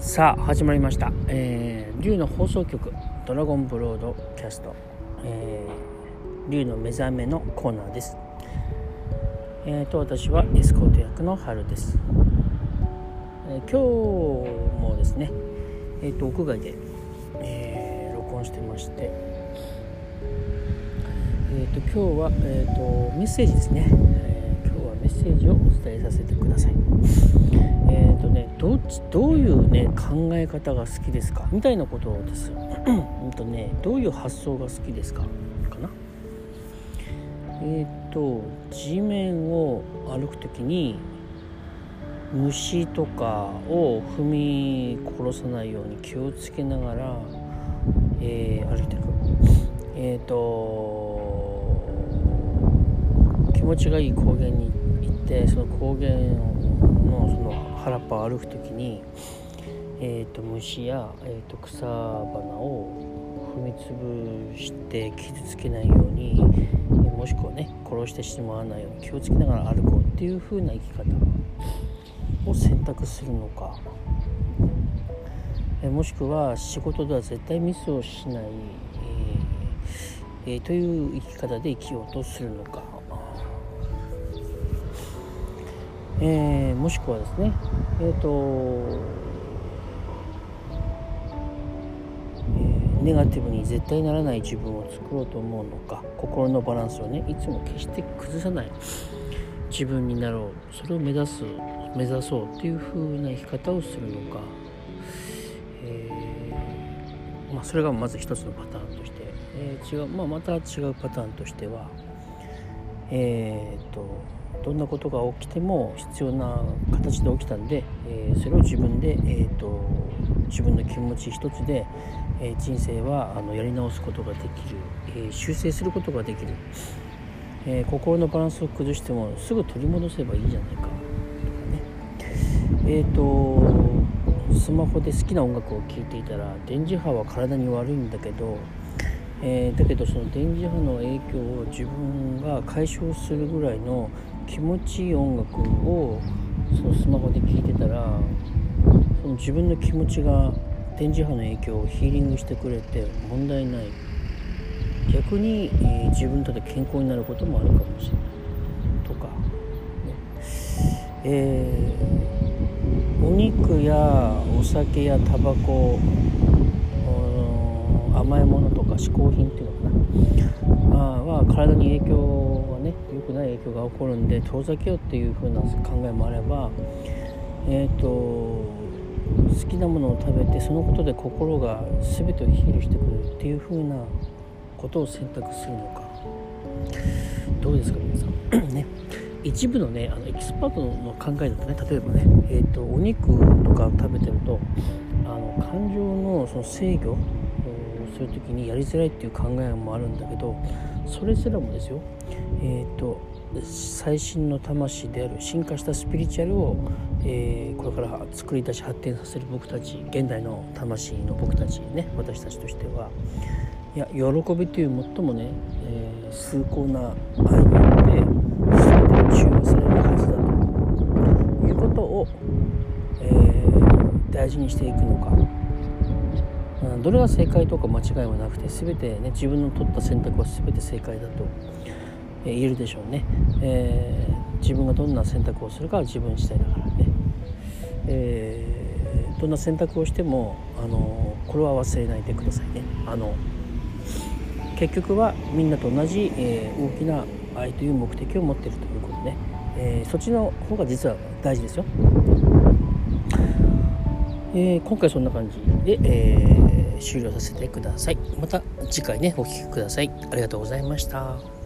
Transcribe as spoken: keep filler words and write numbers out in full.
さあ始まりました、えー、龍の放送局ドラゴンブロードキャスト、えー、龍の目覚めのコーナーです。えーと私はエスコート役の春です。えー、今日もですね、えーと屋外で、えー、録音してまして、えーと今日は、えーとメッセージですね、えー、今日はメッセージをお伝えさせてください。えーとね、どっちどういう、ね、考え方が好きですかみたいなことです。うんとね、どういう発想が好きですかかな。えーと地面を歩くときに虫とかを踏み殺さないように気をつけながら、えー、歩いていく。えーと気持ちがいい高原に行って、その高原のその原っぱを歩くときに、えー、と虫や、えー、と草花を踏みつぶして傷つけないように、もしくはね殺してしまわないように気をつけながら歩こうっていう風な生き方を選択するのか、えもしくは仕事では絶対ミスをしない、えーえー、という生き方で生きようとするのか、えー、もしくはですね、えーとえー、ネガティブに絶対ならない自分を作ろうと思うのか、心のバランスをねいつも決して崩さない自分になろう、それを目指す目指そうっていう風な生き方をするのか、えーまあ、それがまず一つのパターンとして、えー違うまあ、また違うパターンとしては、えーとどんなことが起きても必要な形で起きたんで、えー、それを自分で、えー、と自分の気持ち一つで、えー、人生はあのやり直すことができる、えー、修正することができる、えー、心のバランスを崩してもすぐ取り戻せばいいじゃないかとかね、えーとスマホで好きな音楽を聴いていたら電磁波は体に悪いんだけど、えー、だけどその電磁波の影響を自分が解消するぐらいの気持ちいい音楽をそのスマホで聴いてたら、その自分の気持ちが電磁波の影響をヒーリングしてくれて問題ない、逆に、えー、自分にとって健康になることもあるかもしれないとか、ねえー、お肉やお酒やタバコ、甘いものとか嗜好品っていうのかな、あは体に影響がね良くない影響が起こるんで遠ざけようっていう風な考えもあれば、えーと好きなものを食べてそのことで心が全てをヒールしてくれるっていう風なことを選択するのか、どうですか皆さんね。一部のねあのエキスパートの考えだとね、例えばね、えーとお肉とかを食べてるとあの感情のその制御するときにやりづらいっていう考えもあるんだけど、それすらもですよ、えーと最新の魂である進化したスピリチュアルを、えー、これから作り出し発展させる僕たち、現代の魂の僕たちね、私たちとしては、いや喜びという最もね、えー、崇高な愛によって全てが中和されるはずだということを、えー、大事にしていくのか、どれが正解とか間違いはなくて、全てね自分の取った選択は全て正解だと言えるでしょうね。えー、自分がどんな選択をするかは自分次第だからね、えー、どんな選択をしてもあのこれは忘れないでくださいね。あの結局はみんなと同じ、えー、大きな愛という目的を持っているということで、えー、そっちの方が実は大事ですよ。えー、今回そんな感じで、えー、終了させてください。また次回ねお聞きください。ありがとうございました。